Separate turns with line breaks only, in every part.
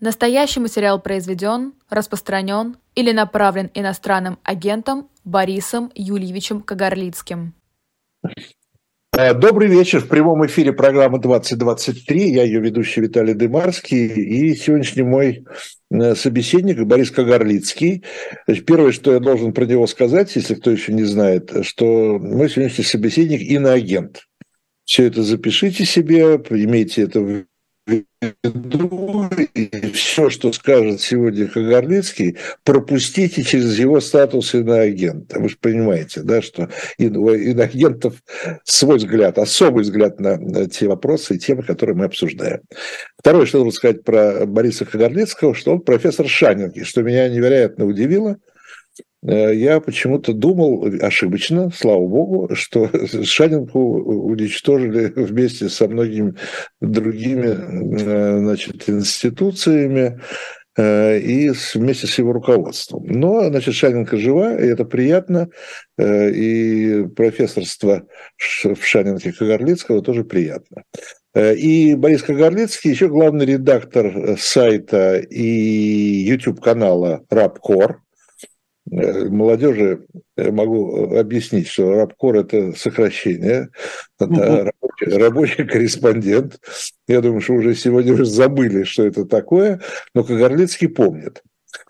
Настоящий материал произведен, распространен или направлен иностранным агентом Борисом Юльевичем Кагарлицким.
Добрый вечер. В прямом эфире программа 2023. Я ее ведущий Виталий Дымарский. И сегодняшний мой собеседник Борис Кагарлицкий. Первое, что я должен про него сказать, если кто еще не знает, что мой сегодняшний собеседник иноагент. Все это запишите себе, имейте это в виду, и все, что скажет сегодня Кагарлицкий, пропустите через его статус иноагента. Вы же понимаете, да, что у иноагентов свой взгляд, особый взгляд на те вопросы и темы, которые мы обсуждаем. Второе, что нужно сказать про Бориса Кагарлицкого, что он профессор Шанинки, что меня невероятно удивило. Я почему-то думал, ошибочно, слава богу, что Шанинку уничтожили вместе со многими другими, значит, институциями и вместе с его руководством. Но, значит, Шанинка жива, и это приятно, и профессорство в Шанинке Кагарлицкого тоже приятно. И Борис Кагарлицкий еще главный редактор сайта и YouTube-канала «Рабкор». Молодежи могу объяснить, что рабкор – это сокращение, это рабочий корреспондент. Я думаю, что уже сегодня уже забыли, что это такое, но Кагарлицкий помнит.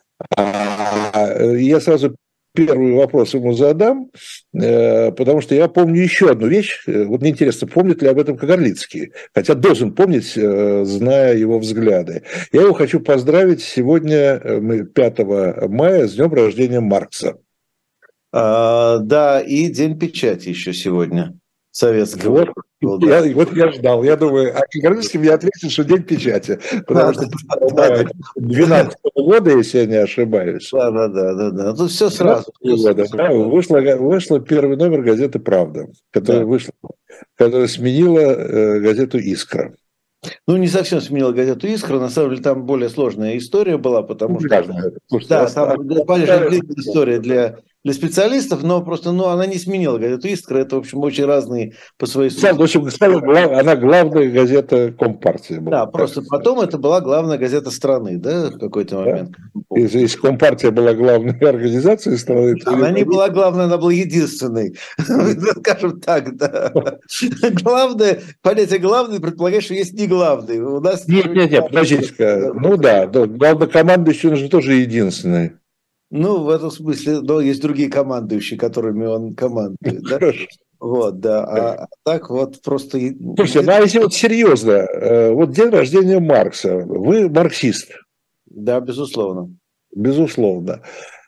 Я сразу первый вопрос ему задам, потому что я помню еще одну вещь. Вот мне интересно, помнит ли об этом Кагарлицкий, хотя должен помнить, зная его взгляды. Я его хочу поздравить сегодня, 5 мая, с днем рождения Маркса.
Да, и День печати еще сегодня. Советского.
Вот я ждал. Я думаю, а Кагарлицкий мне ответит, что День печати. Потому что 12 года, если я не ошибаюсь.
Да. Тут все сразу.
Вышла первый номер газеты «Правда», которая сменила газету «Искра».
Ну, не совсем сменила газету «Искра». На самом деле, там более сложная история была, потому что... Да, там, конечно, длинная история для специалистов, но просто она не сменила газету «Искра». Это, в общем, очень разные по своей сути.
В общем, она главная газета Компартии была.
Да, просто потом это была главная газета страны, да, в какой-то момент.
Если Компартия была главной организацией страны...
Она не была главной, она была единственной. Скажем так, да. Главное, понятие «главный» предполагает, что есть не главный. У нас...
Нет, подождите-ка. Ну да, главнокомандующий, он же тоже единственный.
Ну, в этом смысле, но есть другие командующие, которыми он командует, да? Вот, да. А так вот просто...
Слушайте, ну а если вот серьезно, вот день рождения Маркса, вы марксист?
Да, безусловно.
Безусловно.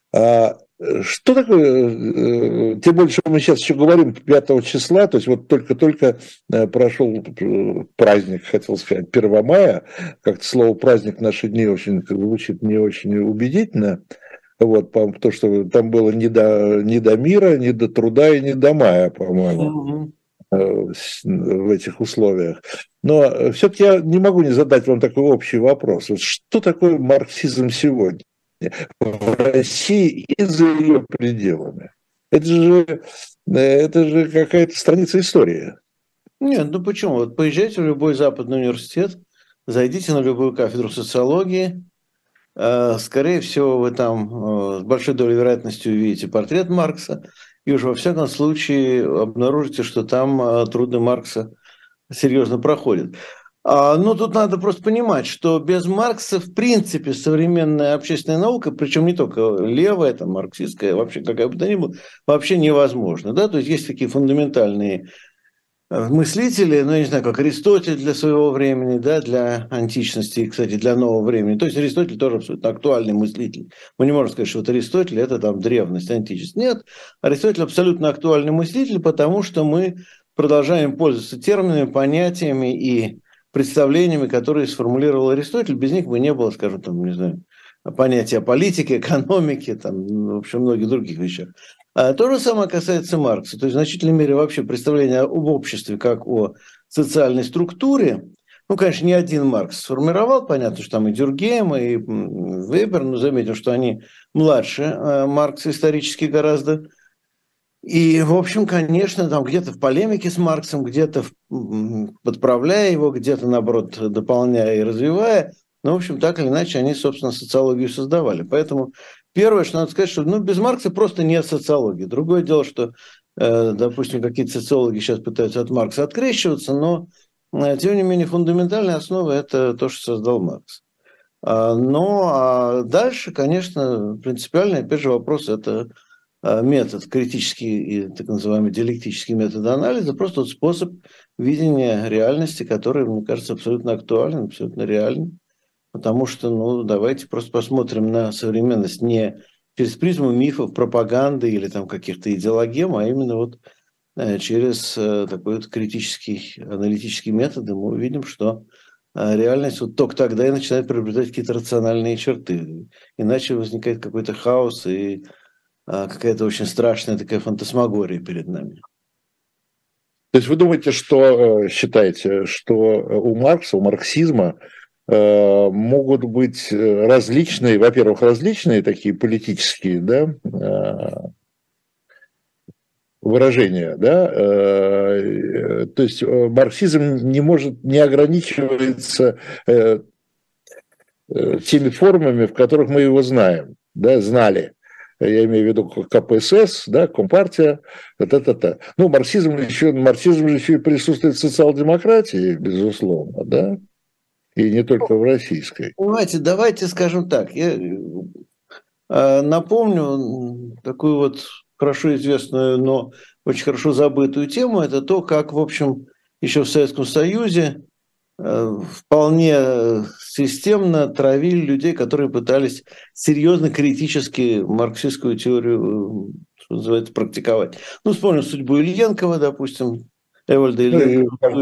Что такое, тем более, что мы сейчас еще говорим 5 числа, то есть вот только-только прошел праздник, хотел сказать, 1 мая, как-то слово «праздник» в наши дни очень звучит не очень убедительно, вот, потому что там было не до мира, не до труда и не до мая, по-моему, в этих условиях. Но все-таки я не могу не задать вам такой общий вопрос. Вот что такое марксизм сегодня в России и за ее пределами? Это же какая-то страница истории.
Нет, ну почему? Вот поезжайте в любой западный университет, зайдите на любую кафедру социологии, скорее всего, вы там с большой долей вероятности увидите портрет Маркса, и уж во всяком случае обнаружите, что там труды Маркса серьезно проходят. Но тут надо просто понимать, что без Маркса, в принципе, современная общественная наука, причем не только левая, там, марксистская, вообще какая бы то ни была, вообще невозможно. Да? То есть есть такие фундаментальные мыслители, я не знаю, как Аристотель для своего времени, да, для античности и, кстати, для нового времени. То есть Аристотель тоже абсолютно актуальный мыслитель. Мы не можем сказать, что вот Аристотель – это там древность, античность. Нет, Аристотель абсолютно актуальный мыслитель, потому что мы продолжаем пользоваться терминами, понятиями и представлениями, которые сформулировал Аристотель. Без них бы не было, скажем, там, не знаю, понятия о политике, экономике, там, в общем, многих других вещах. То же самое касается Маркса. То есть в значительной мере вообще представление об обществе как о социальной структуре, ну, конечно, не один Маркс сформировал, понятно, что там и Дюркгейм, и Вебер, но заметим, что они младше Маркса исторически гораздо. И, в общем, конечно, там где-то в полемике с Марксом, где-то подправляя его, где-то, наоборот, дополняя и развивая, Но, в общем, так или иначе, они, собственно, социологию создавали. Поэтому первое, что надо сказать, что без Маркса просто нет социологии. Другое дело, что, допустим, какие-то социологи сейчас пытаются от Маркса открещиваться, но, тем не менее, фундаментальная основа – это то, что создал Маркс. Но дальше, конечно, принципиальный, опять же, вопрос – это метод, критический и так называемый диалектический метод анализа, просто вот способ видения реальности, который, мне кажется, абсолютно актуален, абсолютно реален. Потому что, давайте просто посмотрим на современность не через призму мифов, пропаганды или там каких-то идеологем, а именно вот через такой вот критический, аналитический метод, и мы увидим, что реальность вот только тогда и начинает приобретать какие-то рациональные черты. Иначе возникает какой-то хаос и какая-то очень страшная такая фантасмагория перед нами.
То есть вы думаете, считаете, что у Маркса, у марксизма могут быть различные, во-первых, различные такие политические, да, выражения, да, то есть марксизм не ограничивается теми формами, в которых мы его знаем, да, знали. Я имею в виду КПСС, да, Компартия, та-та-та. Марксизм же еще и присутствует в социал-демократии, безусловно, да, и не только в российской.
Понимаете, давайте скажем так. Я напомню такую вот хорошо известную, но очень хорошо забытую тему. Это то, как, в общем, еще в Советском Союзе вполне системно травили людей, которые пытались серьезно критически марксистскую теорию, что называется, практиковать. Вспомним судьбу Ильенкова, допустим, Эвальда Ильенкова,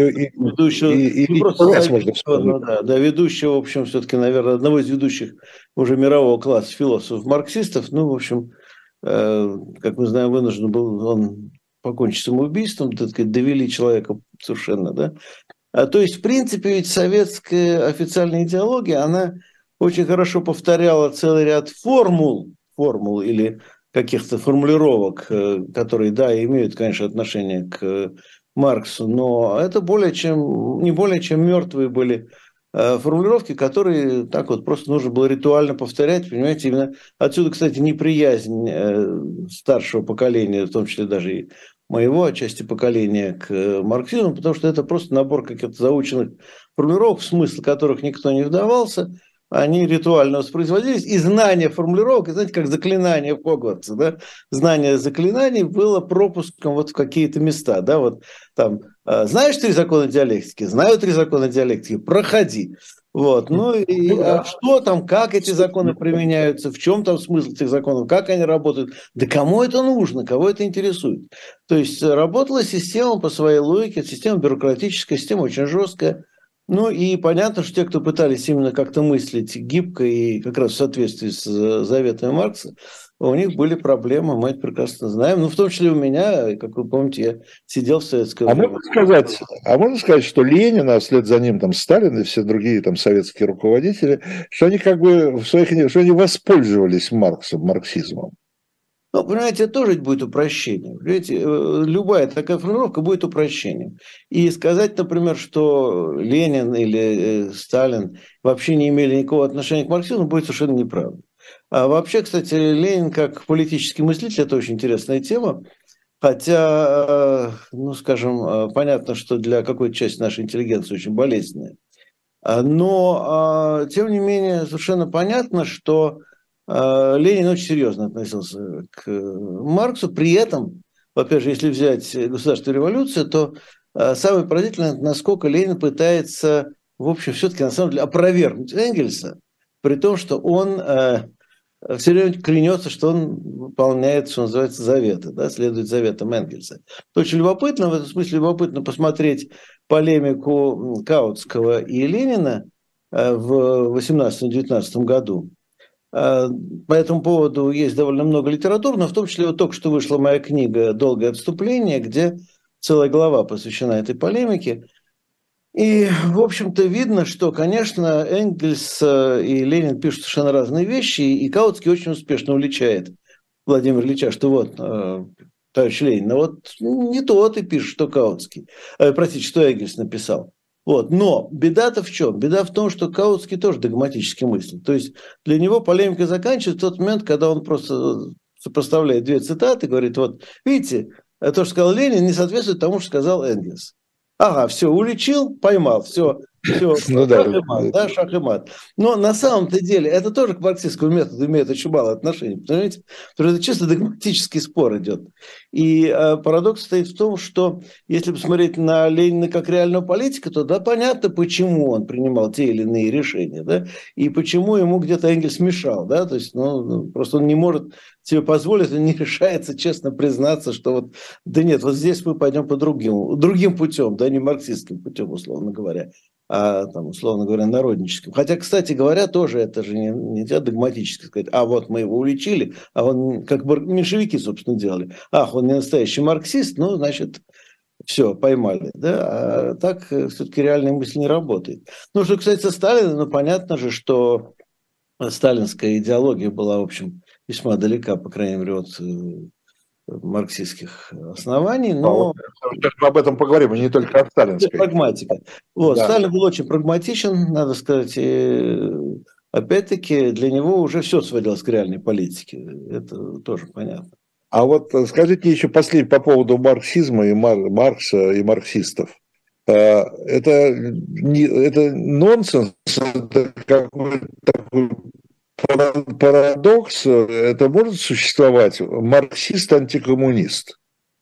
ведущего, в общем, все-таки, наверное, одного из ведущих уже мирового класса философов-марксистов. В общем, как мы знаем, вынужден был он покончить самоубийством, так сказать, довели человека совершенно, да. То есть, в принципе, ведь советская официальная идеология, она очень хорошо повторяла целый ряд формул или каких-то формулировок, которые, да, имеют, конечно, отношение к Марксу, но это не более чем мертвые были формулировки, которые так вот просто нужно было ритуально повторять, понимаете, именно отсюда, кстати, неприязнь старшего поколения, в том числе даже и моего отчасти поколения к марксизму, потому что это просто набор каких-то заученных формулировок, в смысл которых никто не вдавался, они ритуально воспроизводились, и знание формулировок, знаете, как заклинание в Хогвартсе, да? Знание заклинаний было пропуском вот в какие-то места, да, вот там, знаешь 3 закона диалектики? Знаю 3 закона диалектики, проходи. Вот. Что там, как эти законы применяются, в чем там смысл этих законов, как они работают, да кому это нужно, кого это интересует. То есть работала система по своей логике, система бюрократическая, система очень жесткая. И понятно, что те, кто пытались именно как-то мыслить гибко и как раз в соответствии с заветами Маркса, у них были проблемы, мы это прекрасно знаем. В том числе у меня, как вы помните, я сидел в советское время.
Можно сказать, что Ленин, а вслед за ним Сталин и все другие советские руководители, что они что они воспользовались марксизмом?
Понимаете, это тоже будет упрощением. Понимаете, любая такая формулировка будет упрощением. И сказать, например, что Ленин или Сталин вообще не имели никакого отношения к марксизму, будет совершенно неправда. А вообще, кстати, Ленин как политический мыслитель – это очень интересная тема. Хотя, скажем, понятно, что для какой-то части нашей интеллигенции очень болезненная. Но, тем не менее, совершенно понятно, что Ленин очень серьезно относился к Марксу. При этом, опять же, если взять государственную революцию, то самое поразительное, насколько Ленин пытается, в общем, все-таки на самом деле опровергнуть Энгельса, при том, что он все время клянется, что он выполняет, что называется, заветы, да, следует заветам Энгельса. Это очень любопытно, в этом смысле любопытно посмотреть полемику Каутского и Ленина в 18-19 году. По этому поводу есть довольно много литературы, но в том числе вот только что вышла моя книга «Долгое отступление», где целая глава посвящена этой полемике. И, в общем-то, видно, что, конечно, Энгельс и Ленин пишут совершенно разные вещи, и Каутский очень успешно уличает Владимира Ильича, что вот, товарищ Ленин, вот не то ты пишешь, что Каутский, простите, что Энгельс написал. Вот. Но беда-то в чем? Беда в том, что Каутский тоже догматически мыслит. То есть для него полемика заканчивается в тот момент, когда он просто сопоставляет две цитаты и говорит, вот видите, то, что сказал Ленин, не соответствует тому, что сказал Энгельс. Ага, все, уличил, поймал, все,
Ну
шах и мат, да, шах и мат. Но на самом-то деле это тоже к марксистскому методу имеет очень мало отношения, понимаете? Потому что это чисто догматический спор идет. И парадокс состоит в том, что если посмотреть на Ленина как реального политика, то да, понятно, почему он принимал те или иные решения, да, и почему ему где-то Энгельс мешал, да, то есть, просто он не может себе позволить, он не решается честно признаться, что вот, да нет, вот здесь мы пойдем по другим путем, да, не марксистским путем, условно говоря, а, там, условно говоря, народническим. Хотя, кстати говоря, тоже это же нельзя догматически сказать, а вот мы его уличили, а он, как меньшевики, собственно, делали, ах, он не настоящий марксист, ну, значит, все, поймали, да, а так все-таки реальная мысль не работает. Ну, что, кстати, со Сталиным, понятно же, что сталинская идеология была, в общем, весьма далека, по крайней мере, от марксистских оснований, но...
Сейчас мы об этом поговорим, и не только о сталинской.
Прагматика. Вот, да. Сталин был очень прагматичен, надо сказать, и опять-таки для него уже все сводилось к реальной политике. Это тоже понятно.
А вот скажите еще последнее по поводу марксизма и Маркса и марксистов. Это нонсенс, это какой-то такой парадокс, это может существовать? Марксист-антикоммунист?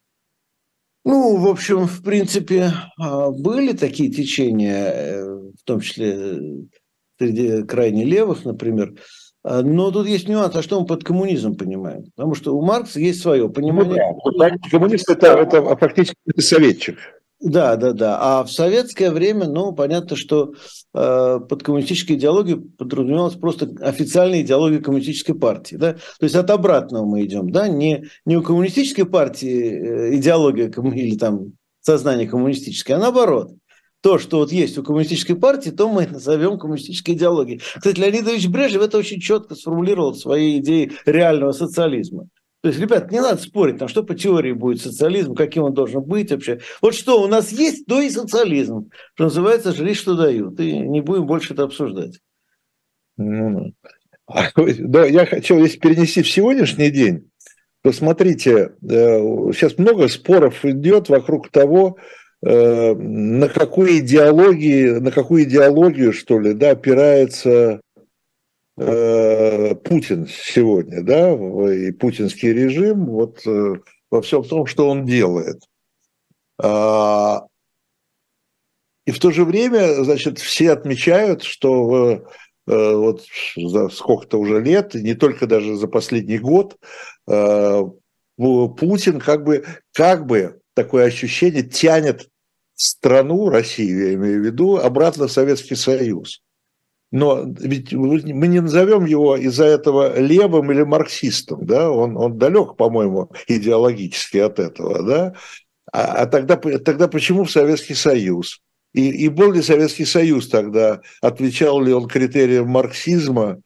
Ну, в общем, в принципе, были такие течения, в том числе среди крайне левых, например. Но тут есть нюанс, а что мы под коммунизмом понимаем? Потому что у Маркса есть свое понимание.
Коммунист – это фактически советчик.
Да. А в советское время, понятно, что под коммунистической идеологией подразумевалась просто официальная идеология коммунистической партии. Да? То есть от обратного мы идем. Да? Не у коммунистической партии идеология или там сознание коммунистическое, а наоборот. То, что вот есть у коммунистической партии, то мы назовем коммунистической идеологией. Кстати, Леонид Ильич Брежнев это очень четко сформулировал в своей идее реального социализма. То есть, ребят, не надо спорить, что по теории будет социализм, каким он должен быть вообще. Вот что у нас есть, то и социализм. Что называется, жри, что дают. И не будем больше это обсуждать.
Да, я хочу, если перенести в сегодняшний день, то смотрите, сейчас много споров идет вокруг того, на какую идеологию, что ли, да, опирается Путин сегодня, да, и путинский режим, вот во всем том, что он делает. И в то же время, значит, все отмечают, что вот за сколько-то уже лет, не только даже за последний год, Путин как бы такое ощущение тянет страну, Россию, я имею в виду, обратно в Советский Союз. Но ведь мы не назовем его из-за этого левым или марксистом, да, он далек, по-моему, идеологически от этого, да, а тогда почему в Советский Союз? И был ли Советский Союз тогда, отвечал ли он критериям марксизма,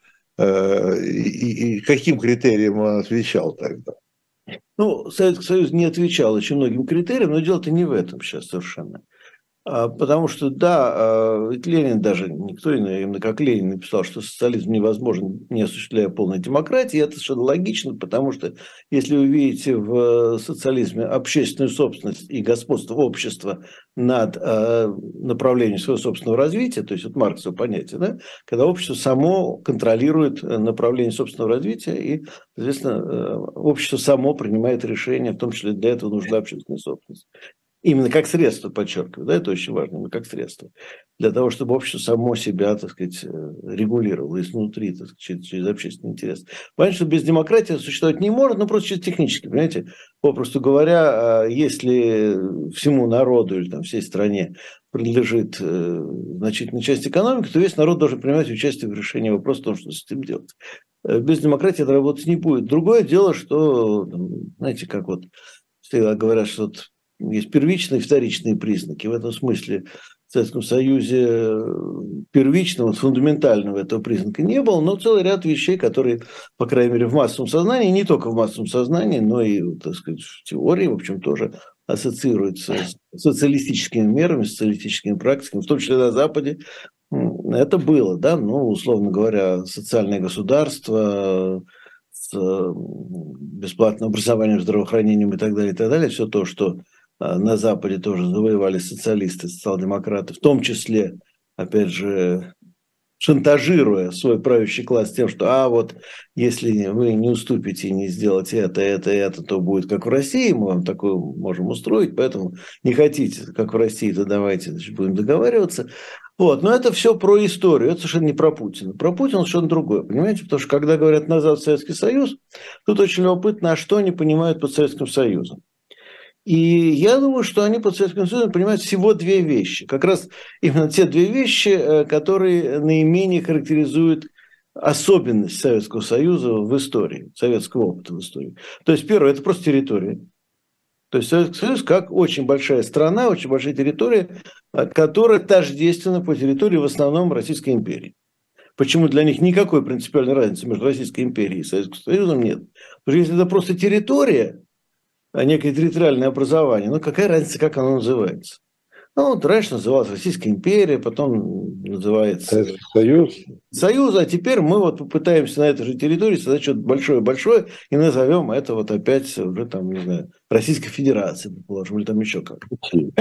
и каким критериям он отвечал тогда?
Советский Союз не отвечал очень многим критериям, но дело-то не в этом сейчас совершенно. Потому что, да, ведь Ленин даже, никто именно как Ленин написал, что социализм невозможен, не осуществляя полной демократии, это совершенно логично, потому что если вы видите в социализме общественную собственность и господство общества над направлением своего собственного развития, то есть вот Марксово понятие, да, когда общество само контролирует направление собственного развития и, соответственно, общество само принимает решения, в том числе для этого нужна общественная собственность. Именно как средство, подчеркиваю, да, это очень важно, именно как средство. Для того, чтобы общество само себя, так сказать, регулировало изнутри, так сказать, через общественный интерес. Понятно, что без демократии существовать не может, но просто чисто технически, понимаете. Попросту говоря, если всему народу или там, всей стране принадлежит значительная часть экономики, то весь народ должен принимать участие в решении вопроса о том, что с этим делать. Без демократии это работать не будет. Другое дело, что, знаете, как вот всегда говорят, что вот есть первичные и вторичные признаки. В этом смысле в Советском Союзе первичного, фундаментального этого признака не было, но целый ряд вещей, которые, по крайней мере, в массовом сознании, не только в массовом сознании, но и, так сказать, в теории, в общем, тоже ассоциируется с социалистическими мерами, социалистическими практиками, в том числе на Западе. Это было, да, ну, условно говоря, социальное государство с бесплатным образованием, здравоохранением и так далее, все то, что на Западе тоже завоевали социалисты, социал-демократы, в том числе, опять же, шантажируя свой правящий класс тем, что вот если вы не уступите и не сделаете это, то будет как в России, мы вам такое можем устроить, поэтому не хотите, как в России, то давайте, значит, будем договариваться. Вот. Но это все про историю, это совершенно не про Путина. Про Путина совершенно другое, понимаете? Потому что когда говорят «назад в Советский Союз», тут очень любопытно, а что они понимают под Советским Союзом. И я думаю, что они под Советским Союзом понимают всего две вещи. Как раз именно те две вещи, которые наименее характеризуют особенность Советского Союза в истории, советского опыта в истории. То есть, первое, это просто территория. То есть Советский Союз как очень большая страна, очень большая территория, которая тождественна по территории в основном Российской империи. Почему для них никакой принципиальной разницы между Российской империей и Советским Союзом нет? Потому что если это просто территория, некое территориальное образование, ну какая разница, как оно называется? Ну, вот раньше называлась Российская империя, потом называется Союз, а теперь мы вот попытаемся на этой же территории создать что-то большое-большое и назовем это вот опять уже там, не знаю, Российской Федерацией, предположим, или там еще как-то.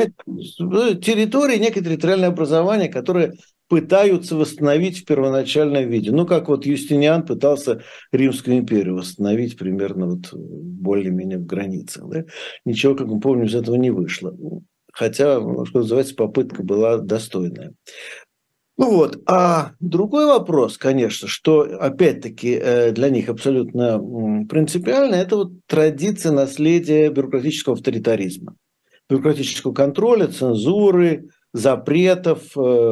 Территория, некое территориальное образование, которое пытаются восстановить в первоначальном виде. Ну, как вот Юстиниан пытался Римскую империю восстановить примерно вот более-менее в границах. Да? Ничего, как мы помним, из этого не вышло. Хотя, что называется, попытка была достойная. Ну вот, а другой вопрос, конечно, что опять-таки для них абсолютно принципиально, это вот традиция наследия бюрократического авторитаризма, бюрократического контроля, цензуры, запретов,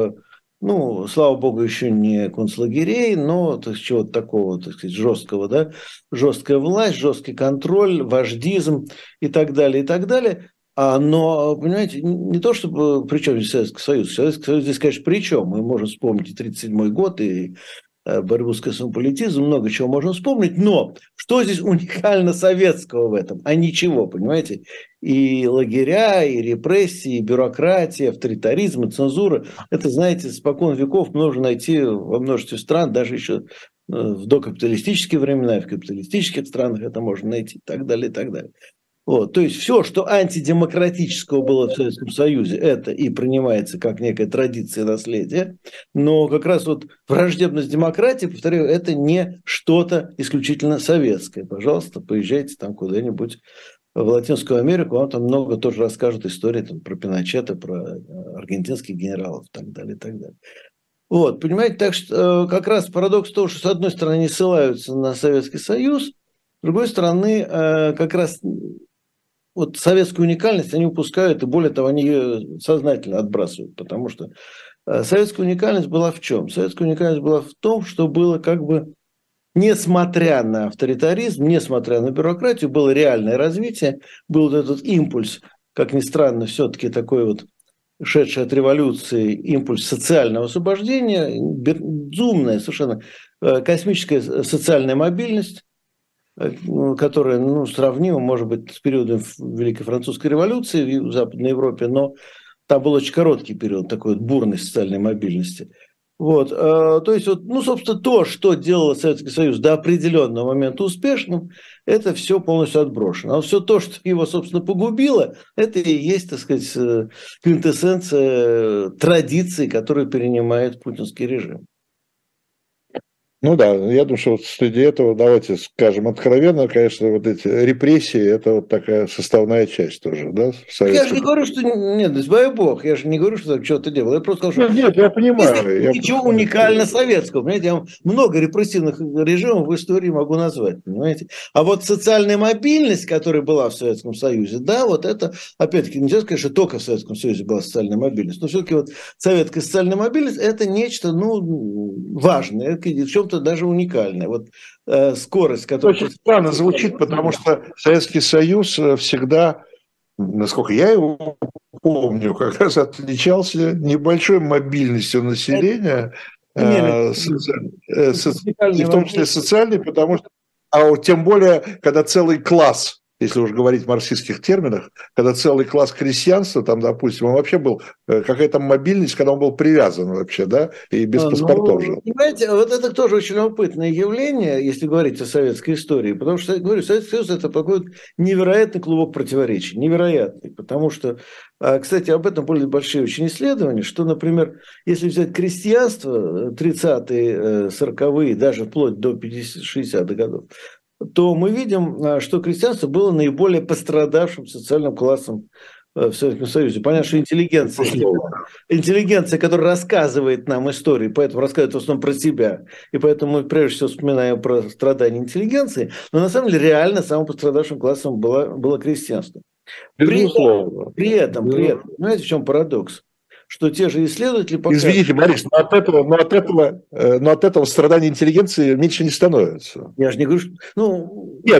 ну, слава богу, еще не концлагерей, но то есть, чего-то такого, так сказать, жесткого, да, жесткая власть, жесткий контроль, вождизм и так далее, и так далее. Но, понимаете, не то, чтобы при чем здесь Советский Союз. Советский Союз здесь, конечно, при чем. Мы можем вспомнить и 1937 год, и борьбу с космополитизмом, много чего можно вспомнить. Но что здесь уникально советского в этом? А ничего, понимаете? И лагеря, и репрессии, и бюрократия, авторитаризм, и цензура. Это, знаете, спокон веков можно найти во множестве стран, даже еще в докапиталистические времена, и в капиталистических странах это можно найти, и так далее, и так далее. Вот, то есть все, что антидемократического было в Советском Союзе, это и принимается как некая традиция наследия, но как раз вот враждебность демократии, повторяю, это не что-то исключительно советское. Пожалуйста, поезжайте там куда-нибудь в Латинскую Америку, вам там много тоже расскажут истории там, про Пиночета, про аргентинских генералов и так далее, и так далее. Вот, понимаете, так что как раз парадокс того, что с одной стороны они ссылаются на Советский Союз, с другой стороны как раз... Вот советскую уникальность они упускают, и более того, они ее сознательно отбрасывают, потому что советская уникальность была в чем? Советская уникальность была в том, что было как бы, несмотря на авторитаризм, несмотря на бюрократию, было реальное развитие, был вот этот импульс, как ни странно, все-таки такой вот шедший от революции импульс социального освобождения, безумная совершенно космическая социальная мобильность, которая сравнима, может быть, с периодом Великой Французской революции в Западной Европе, но там был очень короткий период такой вот бурной социальной мобильности. Вот. То есть, вот, собственно, то, что делало Советский Союз до определенного момента успешным, это все полностью отброшено. А все то, что его, собственно, погубило, это и есть, так сказать, квинтэссенция традиций, которые перенимает путинский режим.
Ну да, я думаю, что вот среди этого, давайте скажем откровенно, конечно, вот эти репрессии, это вот такая составная часть тоже, да?
Я же не говорю, что... Нет, да сбавь бог, я же не говорю, что так что-то делал. Я просто сказал, что...
Нет, я понимаю.
Ничего уникально советского, понимаете? Я много репрессивных режимов в истории могу назвать, понимаете? А вот социальная мобильность, которая была в Советском Союзе, да, вот это, опять-таки, нельзя сказать, что только в Советском Союзе была социальная мобильность, но все-таки вот советская социальная мобильность – это нечто, важное, в чем-то даже уникальное. Вот скорость, которая...
Очень странно звучит, потому что Советский Союз всегда, насколько я его помню, как раз отличался небольшой мобильностью населения, и в том числе социальной, потому что, тем более, когда целый класс если уж говорить в марксистских терминах, когда целый класс крестьянства, там, допустим, он вообще был, какая там мобильность, когда он был привязан вообще, да, и без паспортов жил.
Понимаете, вот это тоже очень любопытное явление, если говорить о советской истории, потому что, говорю, Советский Союз – это такой невероятный клубок противоречий, невероятный, потому что, кстати, об этом были большие очень исследования, что, например, если взять крестьянство 30-е, 40-е, даже вплоть до 60-х годов, то мы видим, что крестьянство было наиболее пострадавшим социальным классом в Советском Союзе. Понятно, что интеллигенция, которая рассказывает нам истории, поэтому рассказывает в основном про себя, и поэтому мы прежде всего вспоминаем про страдания интеллигенции, но на самом деле реально самым пострадавшим классом было крестьянство. При этом, знаете, в чем парадокс? Что те же исследователи показывают...
Извините, Борис, но от этого страдания интеллигенции меньше не становится.
Я же не говорю, что...
Нет,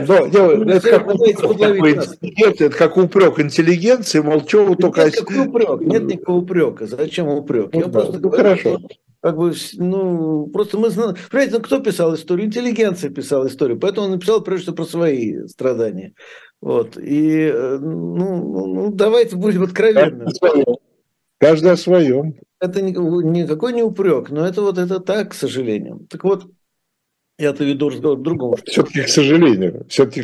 это как упрек интеллигенции, мол, что вы только...
Нет никакого упрека. Зачем упрек? Я просто говорю,
хорошо.
Просто мы знаем... Понимаете, кто писал историю? Интеллигенция писала историю, поэтому он написал прежде всего про свои страдания. Вот. И, давайте будем откровенны.
Каждый о своем.
Это никакой не упрек, но это так, к сожалению. Так вот, я-то веду разговор к другому.
Все-таки к сожалению.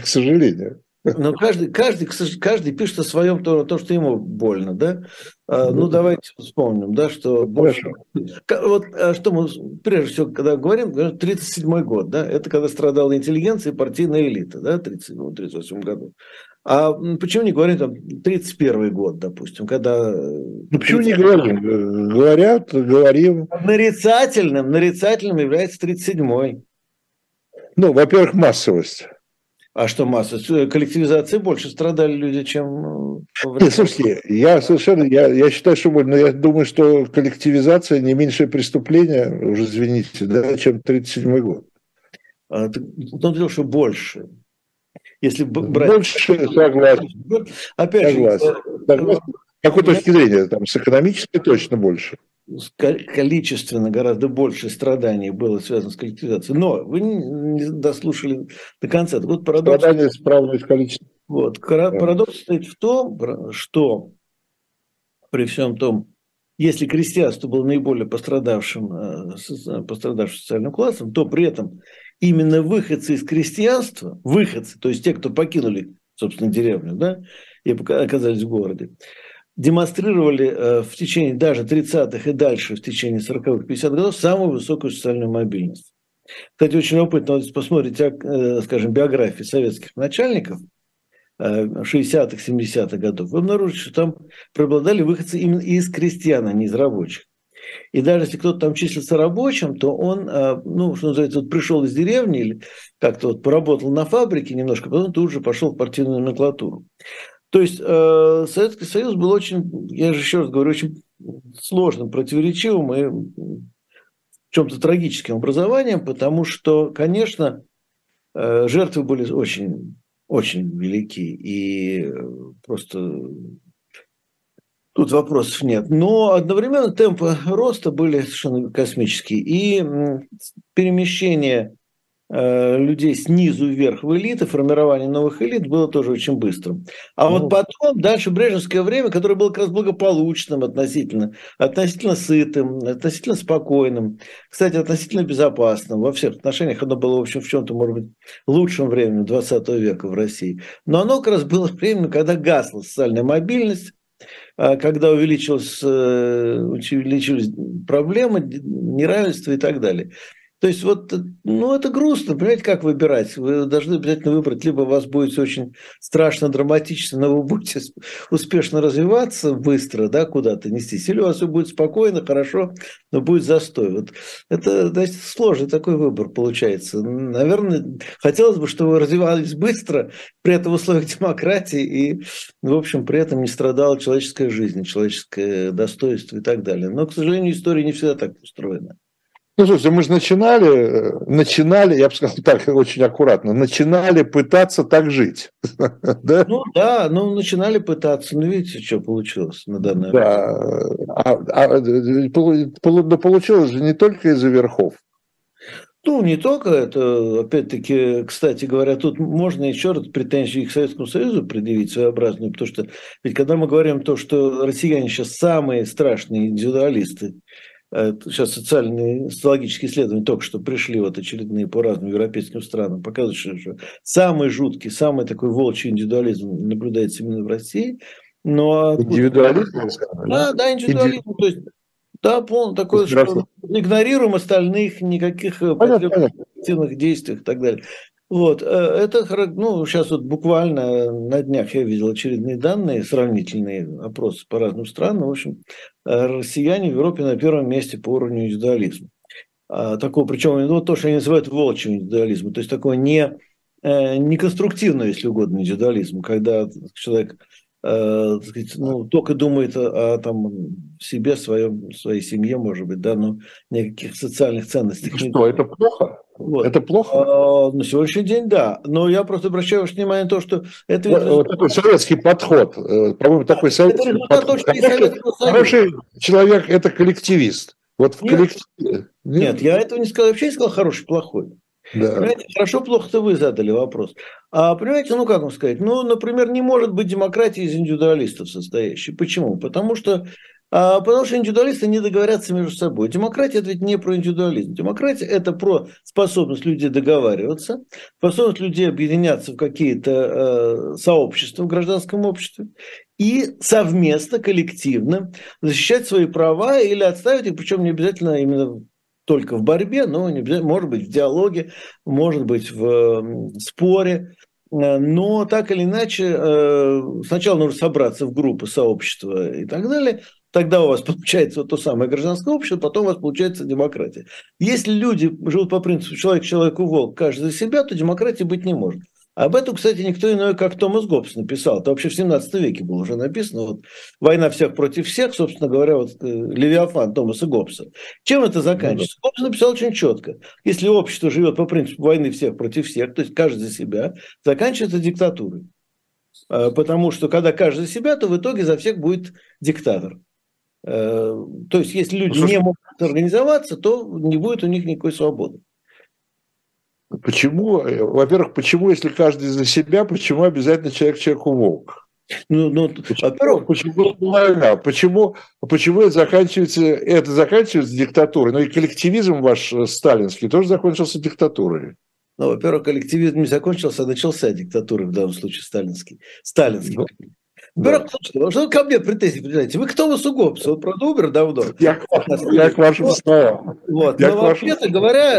Но каждый пишет о своем, то, что ему больно, да? Давайте вспомним, да, что...
Хорошо.
Что мы, прежде всего, когда говорим, 37-й год, да, это когда страдала интеллигенция и партийная элита, да, 37-38 году. А почему не говорим, там, 31-й год, допустим, когда...
Почему не говорим? Говорим.
Нарицательным является 37-й.
Во-первых, массовость.
А что массовость? Коллективизации больше страдали люди, чем...
Нет, слушайте, я считаю, что больше, но я думаю, что коллективизация не меньшее преступление, уже извините, да, чем 37-й год.
Он говорил, что больше. Если брать...
Больше, согласен.
Опять же...
С какой точки зрения? С экономической точно больше.
Количественно гораздо больше страданий было связано с коллективизацией. Но вы не дослушали до конца. Так вот, парадокс...
Страдания справились с количеством.
Парадокс стоит в том, что при всем том, если крестьянство было наиболее пострадавшим социальным классом, то при этом именно выходцы из крестьянства, то есть те, кто покинули, собственно, деревню, да, и оказались в городе, демонстрировали в течение даже 30-х и дальше, в течение 40-х, 50-х годов, самую высокую социальную мобильность. Кстати, очень любопытно, если посмотрите, скажем, биографии советских начальников 60-х, 70-х годов, вы обнаружите, что там преобладали выходцы именно из крестьян, а не из рабочих. И даже если кто-то там числится рабочим, то он, что называется, пришел из деревни или как-то поработал на фабрике немножко, потом тут же пошел в партийную номенклатуру. То есть Советский Союз был очень, я же еще раз говорю, очень сложным, противоречивым и в чем-то трагическим образованием, потому что, конечно, жертвы были очень, очень велики, и просто тут вопросов нет. Но одновременно темпы роста были совершенно космические, и перемещение людей снизу вверх в элиты, формирование новых элит было тоже очень быстрым. А вот потом, дальше брежневское время, которое было как раз благополучным относительно сытым, относительно спокойным, кстати, относительно безопасным. Во всех отношениях оно было, в общем, в чем-то, может быть, лучшим временем 20 века в России. Но оно как раз было временем, когда гасла социальная мобильность, когда увеличились проблемы, неравенство и так далее. То есть это грустно, понимаете, как выбирать? Вы должны обязательно выбрать, либо у вас будет очень страшно, драматично, но вы будете успешно развиваться быстро, да, куда-то нестись, или у вас все будет спокойно, хорошо, но будет застой. Это, значит, сложный такой выбор получается. Наверное, хотелось бы, чтобы вы развивались быстро, при этом в условиях демократии и, в общем, при этом не страдала человеческая жизнь, человеческое достоинство и так далее. Но, к сожалению, история не всегда так устроена.
Слушайте, мы же начинали, я бы сказал так, очень аккуратно, начинали пытаться так жить. Да?
Начинали пытаться, но видите, что получилось на данный момент.
Да, получилось же не только из-за верхов.
Ну, не только это, опять-таки, кстати говоря, тут можно еще раз претензии к Советскому Союзу предъявить своеобразную, потому что ведь когда мы говорим то, что россияне сейчас самые страшные индивидуалисты, сейчас социологические исследования только что пришли вот очередные по разным европейским странам, показывают, что самый жуткий, самый такой волчий индивидуализм наблюдается именно в России. Но
индивидуализм?
Да, индивидуализм. То есть, да, полный такой, что игнорируем остальных, никаких активных действий и так далее. Вот, это, ну, сейчас вот буквально на днях я видел очередные данные, сравнительные опросы по разным странам. В общем, россияне в Европе на первом месте по уровню индивидуализма. Такого, причем, ну, то, что они называют волчьим индивидуализмом, то есть такое не конструктивное, если угодно, индивидуализм, когда человек так сказать, ну, только думает о там, себе, своей семье, может быть, да, но никаких социальных ценностей.
Что, это плохо? Вот. Это плохо?
На сегодняшний день, да. Но я просто обращаю ваше внимание на то, что это...
Вот такой советский подход. По-моему, такой советский подход. Хороший человек – это коллективист. Вот в коллективе...
Нет, я этого не сказал. Вообще не сказал хороший, плохой. Да. Понимаете, хорошо, плохо-то вы задали вопрос. А понимаете, ну как вам сказать? Ну, например, не может быть демократии из индивидуалистов состоящей. Почему? Потому что индивидуалисты не договорятся между собой. Демократия – это ведь не про индивидуализм. Демократия – это про способность людей договариваться, способность людей объединяться в какие-то сообщества в гражданском обществе и совместно, коллективно защищать свои права или отстаивать их, причем не обязательно именно только в борьбе, но не обязательно, может быть в диалоге, может быть в споре. Но так или иначе, сначала нужно собраться в группы, сообщества и так далее. Тогда у вас получается вот то самое гражданское общество, потом у вас получается демократия. Если люди живут по принципу человек человеку волк, каждый за себя, то демократии быть не может. Об этом, кстати, никто иной, как Томас Гоббс написал. Это вообще в 17 веке было уже написано. Вот, «Война всех против всех», собственно говоря, вот, Левиафан Томаса Гоббса. Чем это заканчивается? Гоббс написал очень четко. Если общество живет по принципу войны всех против всех, то есть каждый за себя, заканчивается диктатурой. Потому что когда каждый за себя, то в итоге за всех будет диктатор. То есть если люди не могут организоваться, то не будет у них никакой свободы.
Почему, во-первых, почему, если каждый за себя, почему обязательно человек человеку волк? Почему это заканчивается диктатурой? Но и коллективизм ваш сталинский тоже закончился диктатурой.
Ну, во-первых, коллективизм не закончился, а начался диктатурой, в данном случае сталинский. Во-первых, слушайте, что вы ко мне претензии предъявляете? Вы кто вас у Гоббса? Он, правда, умер давно.
Я к вашим словам.
Вот. Но вообще-то говоря,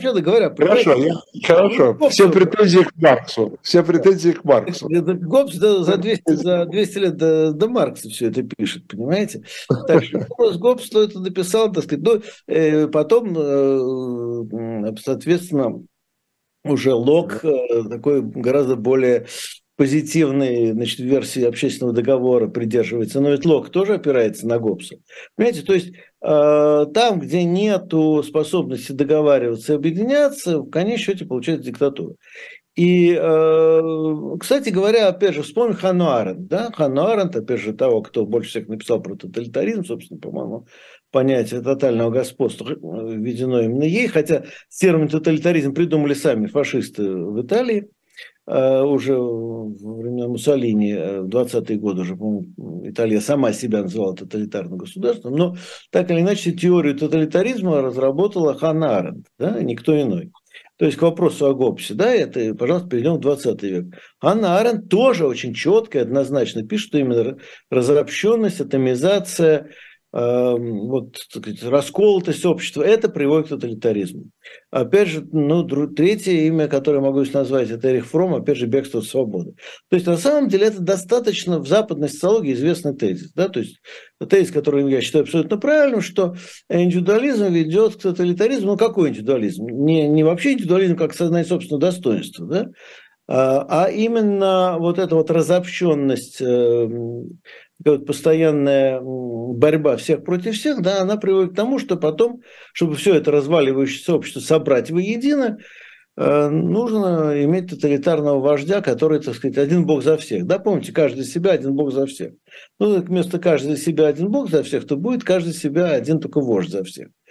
Хорошо. Все претензии к Марксу. Гоббс
за 200 лет до Маркса все это пишет, понимаете? Так что Гоббс это написал, так сказать. Ну, потом, соответственно, уже Лок такой гораздо более позитивной, значит, версии общественного договора придерживается. Но ведь Лок тоже опирается на Гоббса. Понимаете, то есть там, где нету способности договариваться и объединяться, в конечном счете получается диктатура. И, кстати говоря, опять же, вспомним Ханну Аренд. Да? Ханну Аренд, опять же, того, кто больше всех написал про тоталитаризм, собственно, по-моему, понятие тотального господства введено именно ей, хотя термин тоталитаризм придумали сами фашисты в Италии. Уже во времена Муссолини, в 20-е годы уже, по-моему, Италия сама себя называла тоталитарным государством, но так или иначе теорию тоталитаризма разработала Ханна Аренд, да, никто иной. То есть к вопросу о Гоббсе, да, это, пожалуйста, перейдем в 20 век. Ханна Аренд тоже очень четко и однозначно пишет, что именно разобщенность, атомизация, вот, так сказать, расколотость общества, это приводит к тоталитаризму. Опять же, ну, третье имя, которое я могу назвать, это Эрих Фромм, опять же, бегство от свободы. То есть, на самом деле, это достаточно в западной социологии известный тезис. Да? То есть, тезис, который я считаю абсолютно правильным, что индивидуализм ведет к тоталитаризму. Ну, какой индивидуализм? Не вообще индивидуализм как сознание собственного достоинства, да? А именно вот эта вот разобщенность, постоянная борьба всех против всех, да, она приводит к тому, что потом, чтобы все это разваливающееся общество собрать воедино, нужно иметь тоталитарного вождя, который, так сказать, один бог за всех. Да, помните, каждый себя, один бог за всех. Ну, вместо каждый себя, один бог за всех, то будет каждый себя, один только вождь за всех.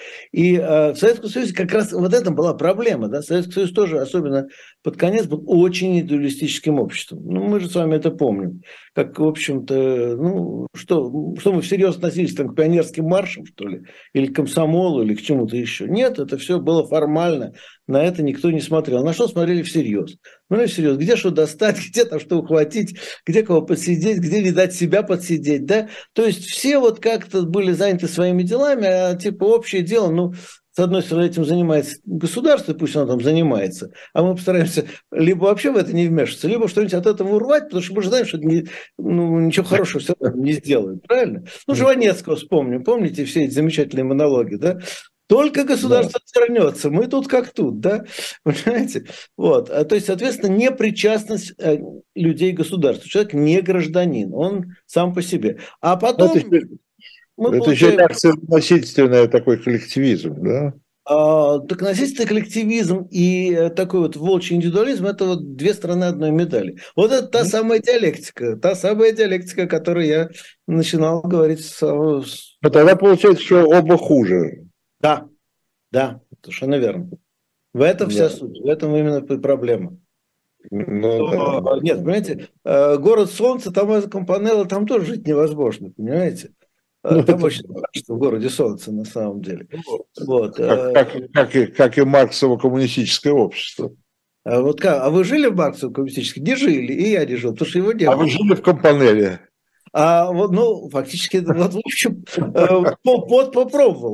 И в Советском Союзе как раз вот это была проблема. Да? Советский Союз тоже, особенно под конец, был очень индивидуалистическим обществом. Ну, мы же с вами это помним. Как, в общем-то, ну, что мы всерьез относились там, к пионерским маршам, что ли, или к комсомолу, или к чему-то еще. Нет, это все было формально, на это никто не смотрел. На что смотрели всерьез? Ну, всерьез, где что достать, где там что ухватить, где кого подсидеть, где, видать, себя подсидеть, да? То есть все вот как-то были заняты своими делами, а типа общее дело, ну, с одной стороны, этим занимается государство, пусть оно там занимается, а мы постараемся либо вообще в это не вмешиваться, либо что-нибудь от этого урвать, потому что мы же знаем, что ничего хорошего все равно не сделают, правильно? Ну, Жванецкого вспомним, помните все эти замечательные монологи, да? Только государство вернется, мы тут как тут, да? Понимаете? Вот. То есть, соответственно, непричастность людей к государству. Человек не гражданин, он сам по себе. А потом...
Это еще реакция насильственная, такой коллективизм, да?
Так насильственный коллективизм и такой вот волчий индивидуализм – это вот две стороны одной медали. Вот это та самая диалектика, о которой я начинал говорить.
Но тогда получается, что оба хуже.
Да, совершенно верно. В этом вся суть, в этом именно проблема. Нет, понимаете, город солнца, там Компанелло, там тоже жить невозможно, понимаете? Там очень страшно в городе солнца, на самом деле. Вот.
Как и Марксово коммунистическое общество.
А вы жили в Марксово коммунистическом? Не жили, и я не жил, потому что его не было.
А вы жили в Компанелле?
Фактически, вот, в общем, попробовал.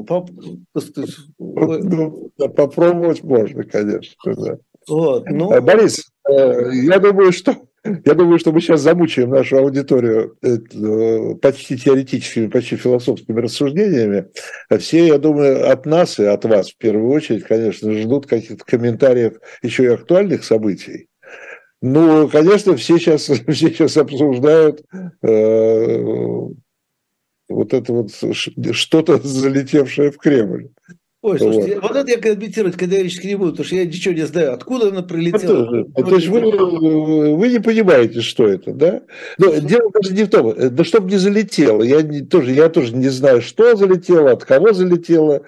Попробовать можно, конечно. Да.
Вот,
Борис, я думаю, что мы сейчас замучаем нашу аудиторию почти теоретическими, почти философскими рассуждениями. Все, я думаю, от нас и от вас в первую очередь, конечно, ждут каких-то комментариев еще и актуальных событий. Ну, конечно, все сейчас обсуждают вот это вот что-то залетевшее в Кремль.
Ой, слушайте, вот это я комментировать категорически не буду, потому что я ничего не знаю, откуда она прилетела.
То есть вы не понимаете, что это, да? Но дело даже не в том, да чтобы не залетело. Я тоже не знаю, что залетело, от кого залетело.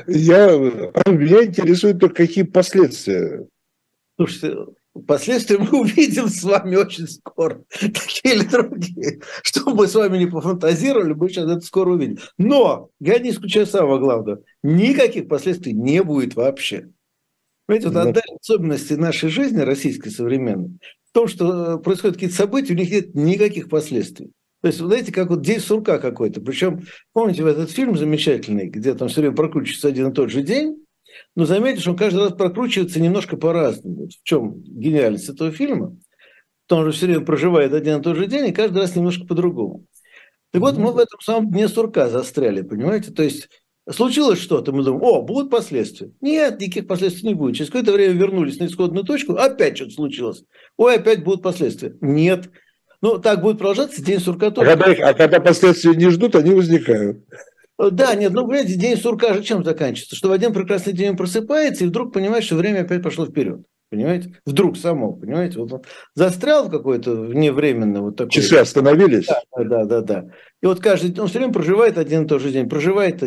Меня интересуют только какие последствия.
Слушайте, последствия мы увидим с вами очень скоро, такие или другие. Что бы мы с вами не пофантазировали, мы сейчас это скоро увидим. Но я не исключаю самого главного. Никаких последствий не будет вообще. Понимаете, вот одна из особенностей нашей жизни, российской современной, в том, что происходят какие-то события, у них нет никаких последствий. То есть, знаете, как вот день сурка какой-то. Причем, помните, в этот фильм замечательный, где там все время прокручивается один и тот же день, но заметьте, что он каждый раз прокручивается немножко по-разному. Вот в чем гениальность этого фильма? В том, что все время проживает один и тот же день, и каждый раз немножко по-другому. Так вот, мы в этом самом дне сурка застряли, понимаете? То есть, случилось что-то, мы думаем, будут последствия. Нет, никаких последствий не будет. Через какое-то время вернулись на исходную точку, опять что-то случилось. Опять будут последствия. Нет. Ну, так будет продолжаться, день сурка тоже.
А когда последствия не ждут, они возникают.
Да, нет, понимаете, день сурка же чем заканчивается? Что в один прекрасный день он просыпается и вдруг понимает, что время опять пошло вперед. Понимаете? Вдруг само, понимаете? Вот он застрял в какой-то вневременно вот такой.
Часы остановились?
Да. И вот он все время проживает один и тот же день, проживает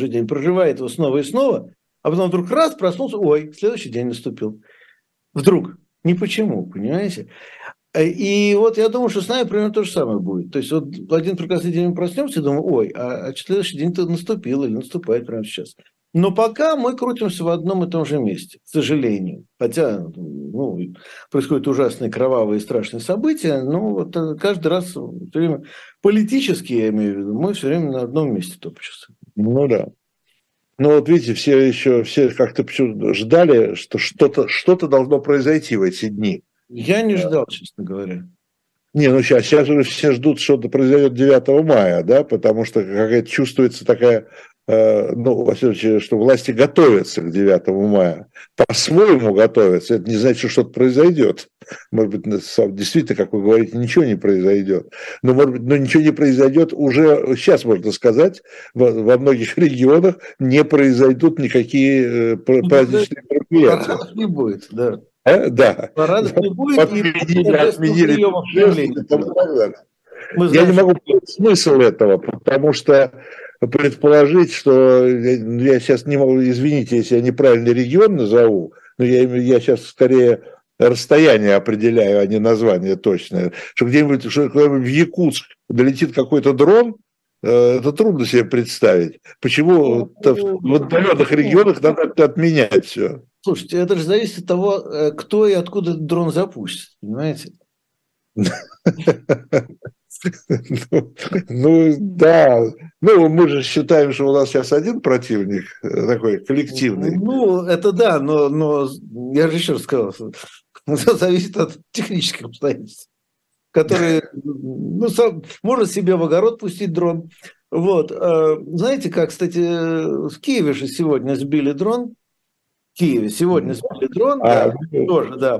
его снова и снова, а потом вдруг раз проснулся, следующий день наступил. Вдруг. Не почему, понимаете? И вот я думаю, что с нами примерно то же самое будет. То есть вот в один прекрасный день мы проснемся и думаем, а следующий день-то наступил или наступает прямо сейчас. Но пока мы крутимся в одном и том же месте, к сожалению. Хотя происходят ужасные, кровавые и страшные события, но вот каждый раз все время политически, я имею в виду, мы все время на одном месте топчемся.
Ну да. Ну вот видите, все как-то ждали, что что-то должно произойти в эти дни.
Я не ждал, честно говоря.
Сейчас уже все ждут, что-то произойдет 9 мая, да, потому что какая-то чувствуется такая, во всяком случае, что власти готовятся к 9 мая. По-своему готовятся, это не значит, что что-то произойдет. Может быть, действительно, как вы говорите, ничего не произойдет. Но, может быть, ничего не произойдет уже, сейчас можно сказать, во многих регионах не произойдут никакие праздничные мероприятия.
Не будет, да.
Да.
Парадов не будет,
отменили. Я не могу понять смысл этого, потому что предположить, что я сейчас не могу, извините, если я неправильный регион назову, но я сейчас скорее расстояние определяю, а не название точное, что где-нибудь в Якутск долетит какой-то дрон, это трудно себе представить. Почему в отдаленных регионах надо отменять все?
Слушайте, это же зависит от того, кто и откуда дрон запустит, понимаете?
Ну, да. Ну, мы же считаем, что у нас сейчас один противник такой коллективный.
Ну, это да, но я же еще раз сказал, что это зависит от технических обстоятельств, которые, ну, можно себе в огород пустить дрон. Вот. Знаете, как, кстати, в Киеве же сегодня сбили дрон. В Киеве сегодня сбили дрон, да, тоже, да.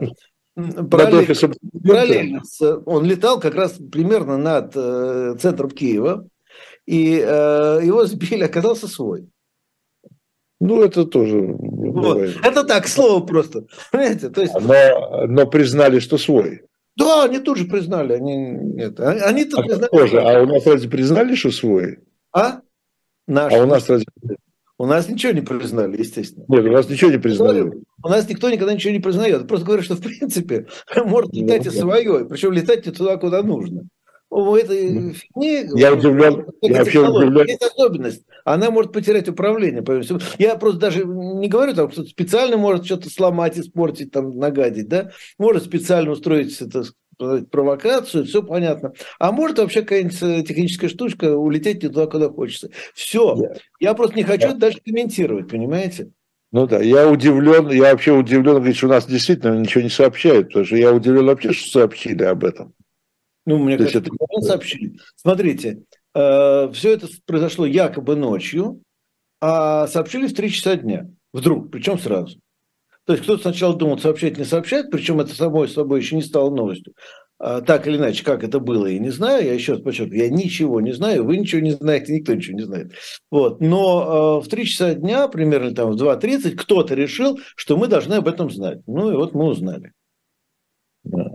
Параллельно он летал как раз примерно над центром Киева, и его сбили, оказался свой.
Ну, это тоже
вот. Это так, слово просто. Понимаете? То есть...
но признали, что свой.
Да, они тут же признали. Они-то признали.
Тоже. А у нас разве признали, что свой?
Наш.
А у нас разве...
У нас ничего не признали, естественно.
Нет, у нас ничего не признают.
У нас никто никогда ничего не признает. Просто говорят, что в принципе может летать и свое, причем летать не туда, куда нужно. У этой фигни...
Я удивлен. Я вообще удивлен.
Есть особенность. Она может потерять управление. Я просто даже не говорю, там, что специально может что-то сломать, испортить, там, нагадить. Да? Может специально устроить это, провокацию, все понятно. А может вообще какая-нибудь техническая штучка улететь не туда, куда хочется. Все. Я просто не хочу это дальше комментировать, понимаете?
Ну да, я удивлен, я вообще удивлен, говорит, что у нас действительно ничего не сообщают, потому что я удивлен вообще, что сообщили об этом.
Ну, мне кажется, это сообщили. Смотрите, все это произошло якобы ночью, а сообщили в 3 часа дня. Вдруг, причем сразу. То есть кто-то сначала думал, сообщать, не сообщать, причем это само собой еще не стало новостью. Так или иначе, как это было, я не знаю. Я еще раз подчеркиваю, я ничего не знаю, вы ничего не знаете, никто ничего не знает. Вот. Но в 3 часа дня, примерно там в 2:30, кто-то решил, что мы должны об этом знать. Ну и вот мы узнали.
Да.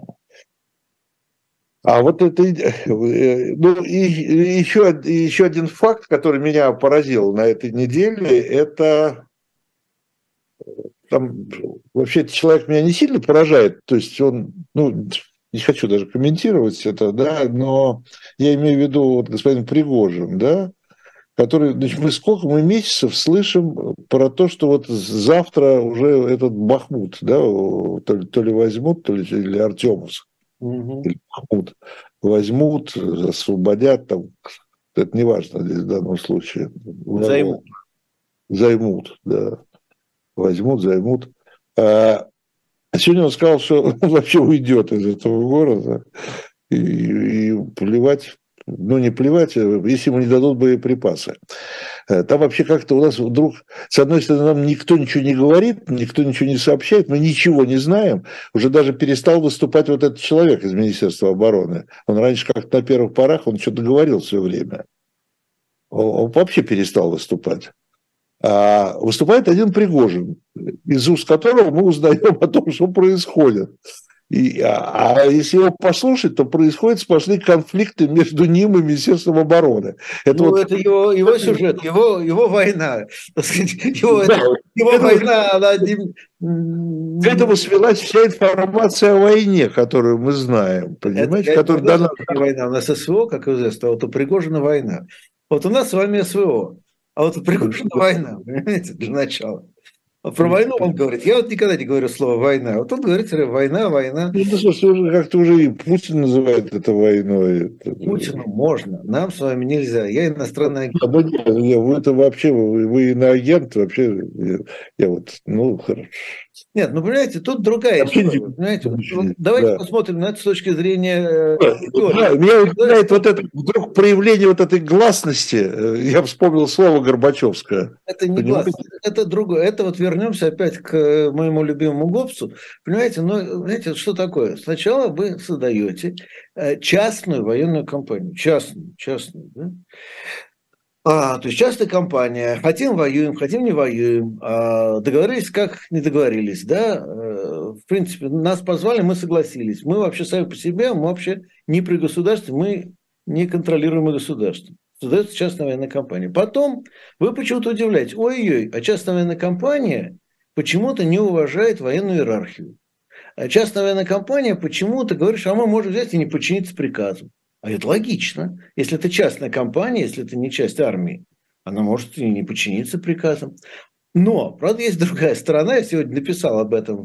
А вот это, ну, и еще один факт, который меня поразил на этой неделе, это там вообще этот человек меня не сильно поражает, то есть он, ну, не хочу даже комментировать это, да, но я имею в виду вот господин Пригожин, да, который, значит, мы месяцев слышим про то, что вот завтра уже этот Бахмут, да, то ли возьмут, то ли или Артемовск. Или Бахмут возьмут, освободят, там, это не важно в данном случае. Займут, да. Возьмут, займут. А сегодня он сказал, что он вообще уйдет из этого города и плевать, ну не плевать, если ему не дадут боеприпасы. Там вообще как-то у нас вдруг, с одной стороны, нам никто ничего не говорит, никто ничего не сообщает, мы ничего не знаем. Уже даже перестал выступать вот этот человек из Министерства обороны. Он раньше как-то на первых порах, он что-то говорил все время. Он вообще перестал выступать. А выступает один Пригожин, из уст которого мы узнаем о том, что происходит. А если его послушать, то происходят сплошные конфликты между ним и Министерством обороны.
Это, вот... это его сюжет, его война. Его война, она...
К этому свелась вся информация о войне, которую мы знаем. Понимаете?
Это не война. У нас СВО, как известно, вот у Пригожина война. Вот у нас с вами СВО. А вот у Пригожина война, понимаете, для начала. Про войну он говорит. Я вот никогда не говорю слово «война». Вот он говорит «война».
Ну, слушай, как-то уже и Путин называет это войной.
Путину можно, нам с вами нельзя. Я иностранный агент.
Вы-то вообще, вы иноагент, вообще, я вот, ну, хорошо.
Нет, ну, понимаете, тут другая история. Понимаете? Давайте посмотрим на это с точки зрения истории.
Меня удивляет вот это вдруг проявление вот этой гласности. Я вспомнил слово Горбачевское.
Это не гласность, это другое. Это вот вернемся опять к моему любимому Гоббсу. Понимаете, ну, знаете, что такое? Сначала вы создаете частную военную компанию. Частную, да? То есть частная компания, хотим воюем, хотим не воюем, договорились, как не договорились, да, в принципе, нас позвали, мы согласились, мы вообще сами по себе, мы вообще не при государстве, мы не контролируемое государство. создается частная военная компания. Потом вы почему-то удивляетесь, ой-ой, а частная военная компания почему-то не уважает военную иерархию. А частная военная компания почему-то говорит, что мы можем взять и не подчиниться приказу. А это логично. Если это частная компания, если это не часть армии, она может и не подчиниться приказам. Но, правда, есть другая сторона. Я сегодня написал об этом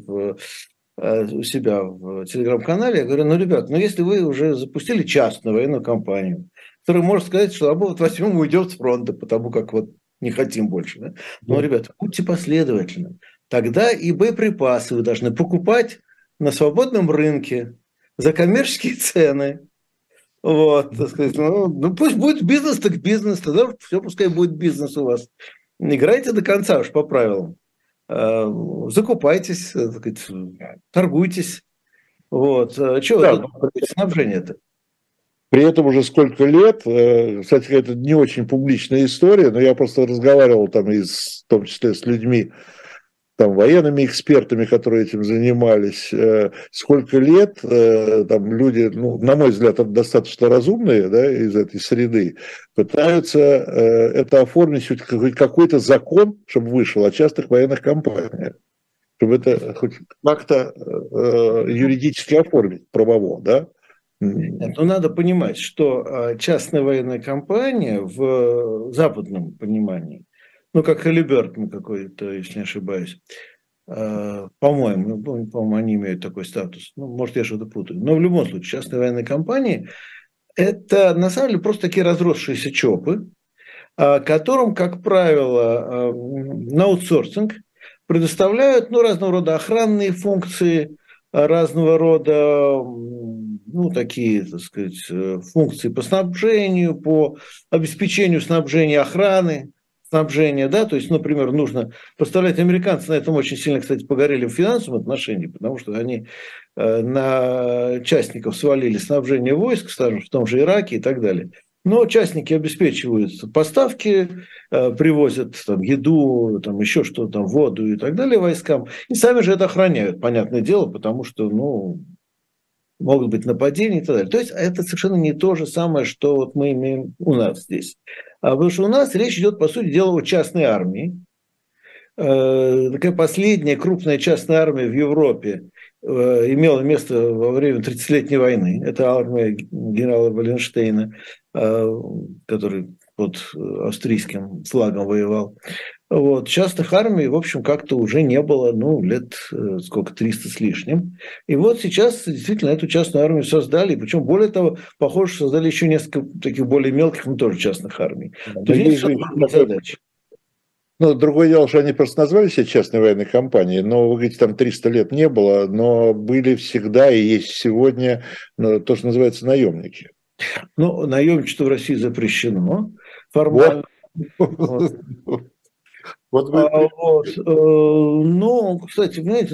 у себя в телеграм-канале. Я говорю, ну, ребят, ну, если вы уже запустили частную военную компанию, которая может сказать, что мы вот возьмем и уйдем с фронта, потому как вот не хотим больше. Да? Но, ребята, будьте последовательны. Тогда и боеприпасы вы должны покупать на свободном рынке за коммерческие цены. Вот, так сказать, ну пусть будет бизнес, так бизнес, тогда все, пускай будет бизнес у вас. Играйте до конца уж по правилам. Закупайтесь, так сказать, торгуйтесь. Вот. Чего
да,
снабжение-то?
При этом уже сколько лет, кстати, это не очень публичная история, но я просто разговаривал там в том числе с людьми, там, военными экспертами, которые этим занимались, сколько лет там люди, ну, на мой взгляд, достаточно разумные, да, из этой среды, пытаются это оформить, хоть какой-то закон, чтобы вышел о частных военных компаниях, чтобы это хоть как-то юридически оформить, правово, да?
Но надо понимать, что частная военная компания в западном понимании, ну, как Халибертон какой-то, если не ошибаюсь. По-моему, они имеют такой статус. Ну, может, я что-то путаю. Но в любом случае, частные военные компании – это, на самом деле, просто такие разросшиеся ЧОПы, которым, как правило, на аутсорсинг предоставляют, ну, разного рода охранные функции, разного рода, ну, такие, так сказать, функции по снабжению, по обеспечению снабжения охраны, снабжения, да, то есть, например, нужно поставлять, американцы на этом очень сильно, кстати, погорели в финансовом отношении, потому что они на частников свалили снабжение войск, скажем, в том же Ираке и так далее. Но частники обеспечивают поставки, привозят там еду, там еще что-то, там, воду и так далее войскам, и сами же это охраняют, понятное дело, потому что, ну, могут быть нападения и так далее. То есть это совершенно не то же самое, что вот мы имеем у нас здесь. Потому что у нас речь идет, по сути дела, о частной армии. Такая последняя крупная частная армия в Европе имела место во время 30-летней войны. Это армия генерала Валенштейна, который под австрийским флагом воевал. Вот. Частных армий, в общем, как-то уже не было, ну, лет сколько, 300 с лишним. И вот сейчас действительно эту частную армию создали, причем, более того, похоже, создали еще несколько таких более мелких, но тоже частных армий. То есть задача.
Ну, другое дело, что они просто назвали себя частной военной компанией, но, вы говорите, там 300 лет не было, но были всегда и есть сегодня, ну, то, что называется, наемники.
Ну, наемничество в России запрещено формально. Вот. Ну, кстати, знаете,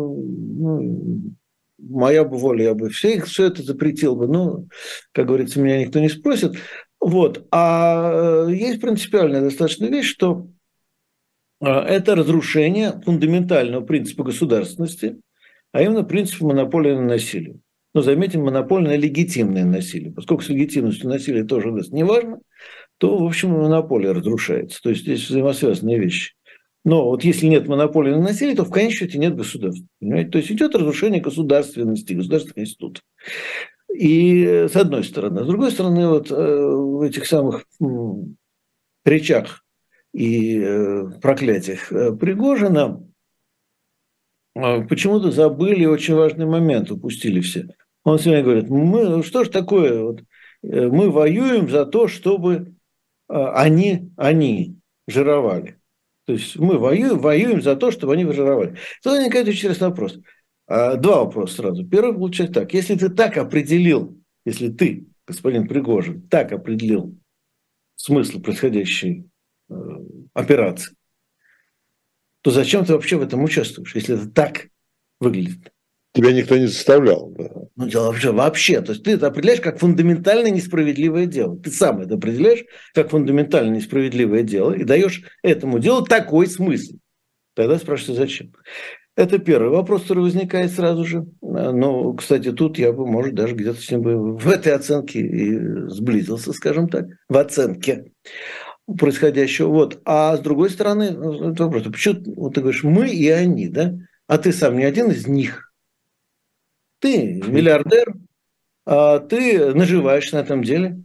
моя бы воля, я бы все это запретил бы, ну, как говорится, меня никто не спросит. Вот. А есть принципиальная достаточно вещь, что это разрушение фундаментального принципа государственности, а именно принципа монополии на насилие. Но заметим, монополия на легитимное насилие. Поскольку с легитимностью насилия тоже не важно, то, в общем, монополия разрушается. То есть здесь взаимосвязанные вещи. Но вот если нет монополии на насилие, то в конечном счете нет государства. Понимаете? То есть идет разрушение государственности, государственных институтов. И с одной стороны. С другой стороны, вот в этих самых речах и проклятиях Пригожина почему-то забыли очень важный момент, упустили все. Он сегодня говорит, что ж такое, вот, мы воюем за то, чтобы они жировали. То есть мы воюем за то, чтобы они жировали. Тут возникает очень интересный вопрос. Два вопроса сразу. Первый получается так. Если ты так определил, если ты, господин Пригожин, так определил смысл происходящей операции, то зачем ты вообще в этом участвуешь, если это так выглядит?
Тебя никто не заставлял. Да.
Ну, дело вообще. То есть ты это определяешь как фундаментально несправедливое дело. Ты сам это определяешь как фундаментально несправедливое дело и даешь этому делу такой смысл. Тогда спрашиваешь, зачем? Это первый вопрос, который возникает сразу же. Но, кстати, тут я бы, может, даже где-то с ним бы в этой оценке и сблизился, скажем так, в оценке происходящего. Вот. А с другой стороны, это вопрос, почему вот ты говоришь мы и они, да? А ты сам не один из них. Ты миллиардер, а ты наживаешься на этом деле.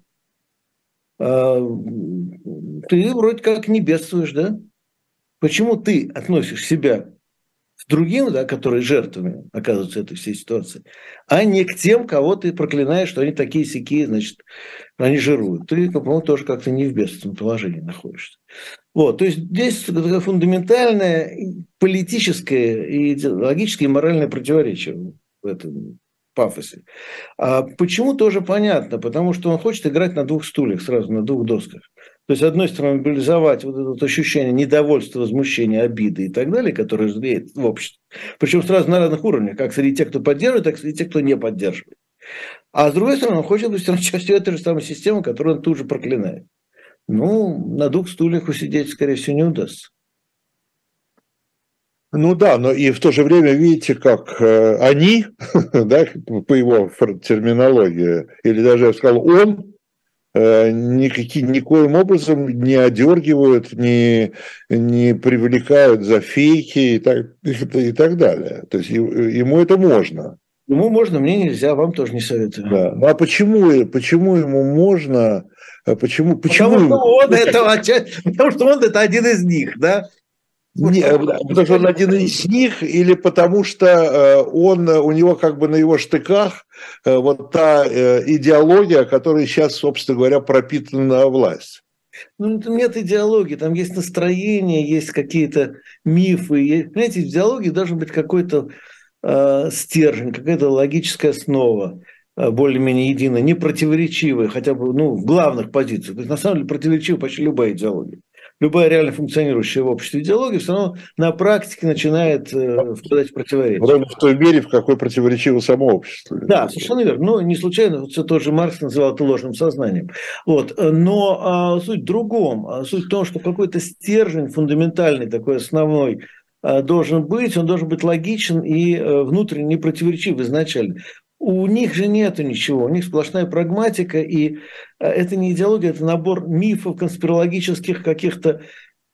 Ты вроде как не бедствуешь, да? Почему ты относишь себя к другим, да, которые жертвами оказываются этой всей ситуации, а не к тем, кого ты проклинаешь, что они такие-сякие, значит, они жируют. Ты, по-моему, тоже как-то не в бедственном положении находишься. Вот, то есть здесь фундаментальное политическое, и идеологическое, и моральное противоречие в этом пафосе. А почему тоже понятно? Потому что он хочет играть на двух стульях сразу, на двух досках. То есть, с одной стороны, мобилизовать вот это вот ощущение недовольства, возмущения, обиды и так далее, которое зреет в обществе. Причем сразу на разных уровнях, как среди тех, кто поддерживает, так и среди тех, кто не поддерживает. А с другой стороны, он хочет быть частью этой же самой системы, которую он тут же проклинает. Ну, на двух стульях усидеть, скорее всего, не удастся.
Ну да, но и в то же время, видите, как они, да, по его терминологии, или даже, я бы сказал, он, никоим образом не одергивают, не привлекают за фейки и так далее. То есть ему это можно.
Ему можно, мне нельзя, вам тоже не советую.
Да. Ну а почему ему можно? Почему
потому что он это один из них, да?
Потому что он один из них, или потому что у него как бы на его штыках вот та идеология, которая сейчас, собственно говоря, пропитана власть.
Ну, там нет идеологии, там есть настроение, есть какие-то мифы. Понимаете, в идеологии должен быть какой-то стержень, какая-то логическая основа, более-менее единая, не противоречивая, хотя бы в главных позициях. То есть, на самом деле, противоречива почти любая идеология. Любая реально функционирующая в обществе идеология все равно на практике начинает впадать в противоречие.
Ровно в той мере, в какой противоречиво само общество.
Да, совершенно верно. Ну, не случайно, все тот же Маркс называл это ложным сознанием. Вот. Но суть в другом. Суть в том, что какой-то стержень фундаментальный, такой основной, должен быть, он должен быть логичен и внутренне противоречив изначально. У них же нету ничего, у них сплошная прагматика, и это не идеология, это набор мифов, конспирологических каких-то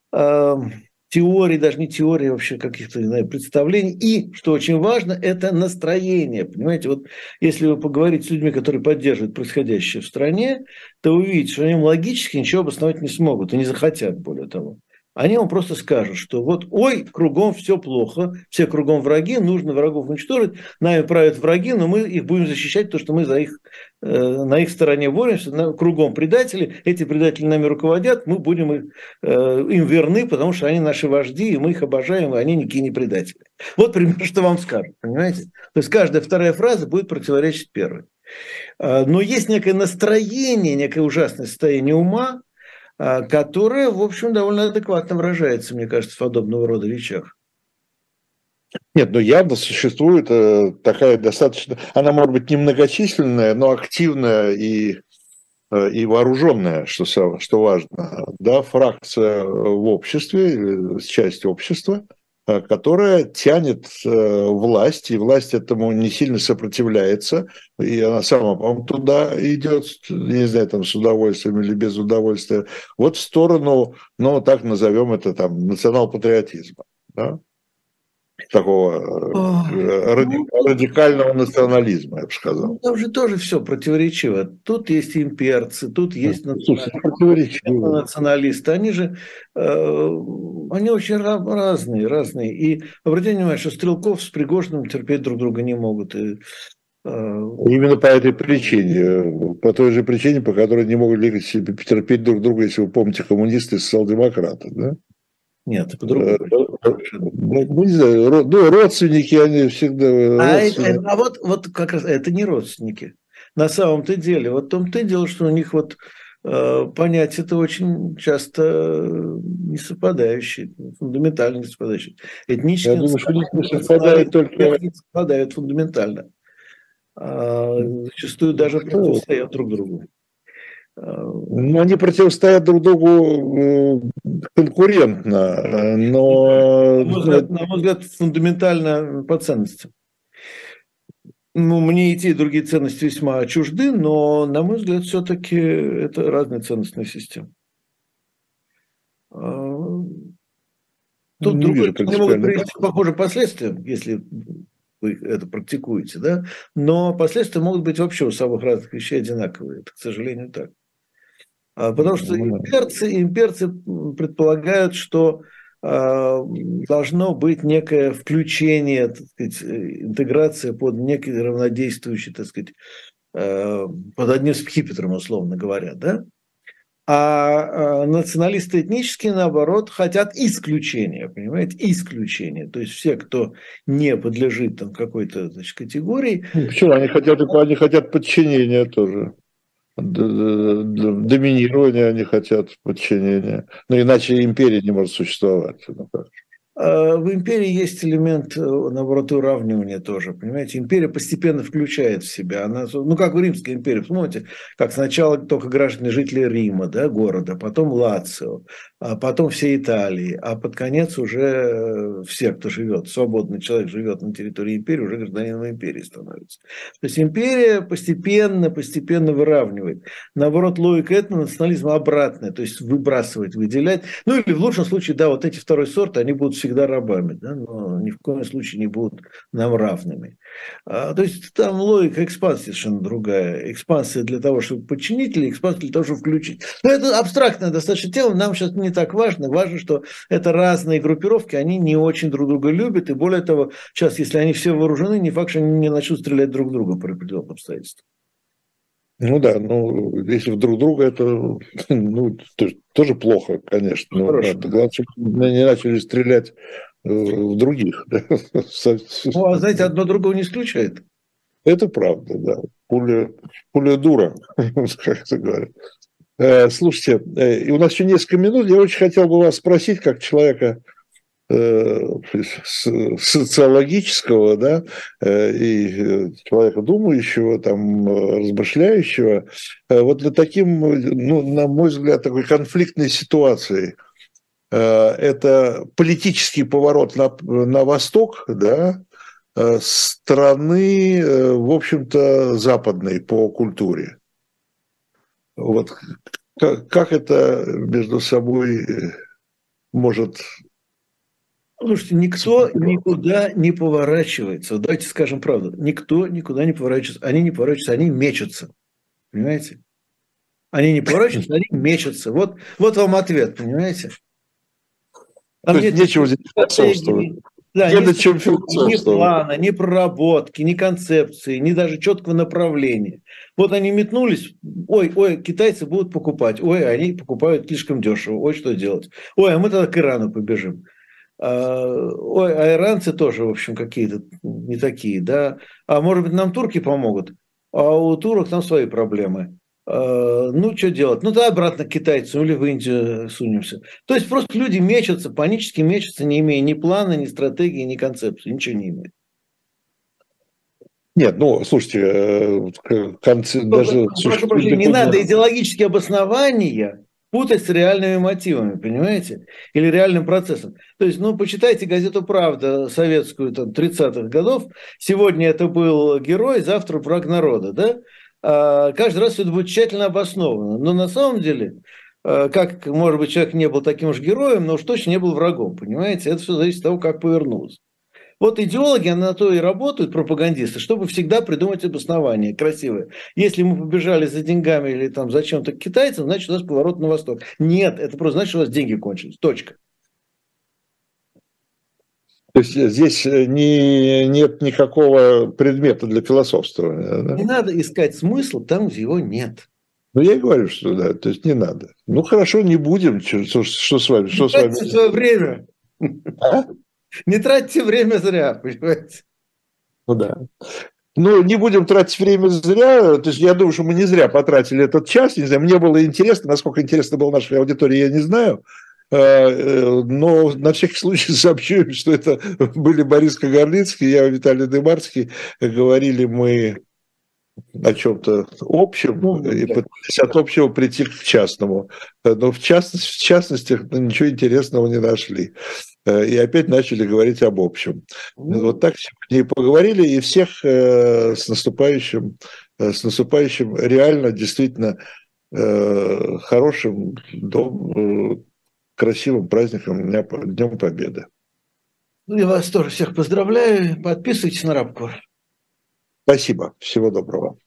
теорий, даже не теорий, вообще каких-то, не знаю, представлений. И, что очень важно, это настроение. Понимаете, вот если вы поговорите с людьми, которые поддерживают происходящее в стране, то вы увидите, что они логически ничего обосновать не смогут и не захотят, более того. Они вам просто скажут, что вот, ой, кругом все плохо, все кругом враги, нужно врагов уничтожить, нами правят враги, но мы их будем защищать, потому что мы на их стороне боремся, кругом предатели, эти предатели нами руководят, мы будем им верны, потому что они наши вожди, и мы их обожаем, и они никакие не предатели. Вот примерно, что вам скажут, понимаете? То есть каждая вторая фраза будет противоречить первой. Но есть некое настроение, некое ужасное состояние ума, которая, в общем, довольно адекватно выражается, мне кажется, в подобного рода вещах.
Нет, ну явно существует такая достаточно, она может быть немногочисленная, но активная и вооруженная, что важно, да, фракция в обществе, часть общества, которая тянет власть, и власть этому не сильно сопротивляется, и она сама, по-моему, туда идет, не знаю, там с удовольствием или без удовольствия, вот в сторону, ну, так назовем это, там, национал-патриотизма, да? Такого радикального национализма, я бы сказал.
Ну, там же тоже все противоречиво. Тут есть имперцы, тут есть националисты. Они же они очень разные. И обратите внимание, что Стрелков с Пригожиным терпеть друг друга не могут.
Именно по этой причине, по той же причине, по которой не могут терпеть друг друга, если вы помните, коммунисты и социал-демократы, да?
Нет, по-другому.
Ну, не знаю, родственники, они всегда...
Вот как раз это не родственники. На самом-то деле, вот в том-то и дело, что у них вот понятия-то очень часто не совпадающие, фундаментально не совпадающие. Этнически не совпадают фундаментально. Зачастую даже противостоят друг другу.
Ну, они противостоят друг другу конкурентно, но...
На мой взгляд, фундаментально по ценностям. Ну, мне и те, и другие ценности весьма чужды, но, на мой взгляд, все-таки это разные ценностные системы. Тут
Не вижу
они могут
принципиально.
привести к похожим последствиям, если вы это практикуете, да, но последствия могут быть вообще у самых разных вещей одинаковые. Это, к сожалению, так. Потому что имперцы предполагают, что должно быть некое включение, так сказать, интеграция под некий равнодействующий, так сказать, под одним скипетром, условно говоря, да? А националисты этнические, наоборот, хотят исключения, понимаете, исключения. То есть все, кто не подлежит там какой-то, значит, категории.
Почему? Они хотят подчинения тоже. Доминирования они хотят, подчинения. Но иначе империя не может существовать.
В империи есть элемент, наоборот, уравнивания тоже, понимаете. Империя постепенно включает в себя. Она, ну, как в Римской империи, посмотрите, как сначала только граждане, жители Рима, да, города, потом Лацио, а потом всей Италии, а под конец уже все, кто живет, свободный человек живет на территории империи, уже гражданином империи становится. То есть империя постепенно выравнивает. Наоборот, логика этнонационализма обратная, то есть выбрасывать, выделять. Ну, или в лучшем случае, да, вот эти второй сорт, они будут всегда рабами, да, но ни в коем случае не будут нам равными. То есть там логика экспансии совершенно другая. Экспансия для того, чтобы подчинить, или экспансия для того, чтобы включить. Но это абстрактная достаточно тема, нам сейчас не так важно. Важно, что это разные группировки, они не очень друг друга любят, и более того, сейчас, если они все вооружены, не факт, что они не начнут стрелять друг друга по определенным обстоятельствам.
Ну да, ну если друг друга, это ну, тоже плохо, конечно. Но главное, чтобы не начали стрелять в других.
Ну, а знаете, одно другого не исключает.
Это правда, да. Пуля дура, как это говорят. Слушайте, и у нас еще несколько минут. Я очень хотел бы вас спросить, как человека социологического, да, и человека думающего, там, размышляющего, вот для таким, ну, на мой взгляд, такой конфликтной ситуации, это политический поворот на восток, да, страны, в общем-то, западной по культуре. Вот как это между собой может...
Слушайте, никто никуда не поворачивается. Давайте скажем правду. Никто никуда не поворачивается. Они не поворачиваются, они мечутся. Понимаете? Они не поворачиваются, они мечутся. Вот вам ответ, понимаете?
Там то есть нечего здесь философствовать.
Да, ни плана, ни проработки, ни концепции, ни даже четкого направления. Вот они метнулись, ой, китайцы будут покупать, ой, они покупают слишком дешево, ой, что делать? Ой, а мы тогда к Ирану побежим. Ой, а иранцы тоже, в общем, какие-то не такие, да. А может быть, нам турки помогут? А у турок там свои проблемы. Ну, что делать? Ну, да, обратно к китайцам или в Индию сунемся. То есть, просто люди мечутся, панически мечутся, не имея ни плана, ни стратегии, ни концепции. Ничего не имеют.
Нет, ну, слушайте, даже...
Прошу прощения, не надо идеологические обоснования путать с реальными мотивами, понимаете? Или реальным процессом. То есть, ну, почитайте газету «Правда» советскую, там, 30-х годов. Сегодня это был герой, завтра враг народа, да? Каждый раз все это будет тщательно обосновано. Но на самом деле, как, может быть, человек не был таким уж героем, но уж точно не был врагом, понимаете? Это все зависит от того, как повернулось. Вот идеологи, на то и работают, пропагандисты, чтобы всегда придумать обоснование красивое. Если мы побежали за деньгами или там за чем-то к китайцам, значит, у нас поворот на восток. Нет, это просто значит, что у вас деньги кончились. Точка.
То есть здесь нет никакого предмета для философствования. Да?
Не надо искать смысл там, где его нет.
Ну, я и говорю, что да, то есть не надо. Ну, хорошо, не будем. Что с вами? Что с вами?
Свое время.
А?
Не тратьте время зря, понимаете?
Ну да. Ну, не будем тратить время зря. То есть я думаю, что мы не зря потратили этот час. Не знаю, мне было интересно, насколько интересно было нашей аудитории, я не знаю. Но на всякий случай сообщу, что это были Борис Кагарлицкий, я Виталий Дымарский. Говорили мы о чем-то общем и пытались от общего прийти к частному. Но в частности ничего интересного не нашли. И опять начали говорить об общем. Вот так сегодня и поговорили, и всех с наступающим реально, действительно хорошим, красивым праздником Днем Победы.
Ну, я вас тоже всех поздравляю. Подписывайтесь на Рабкор.
Спасибо. Всего доброго.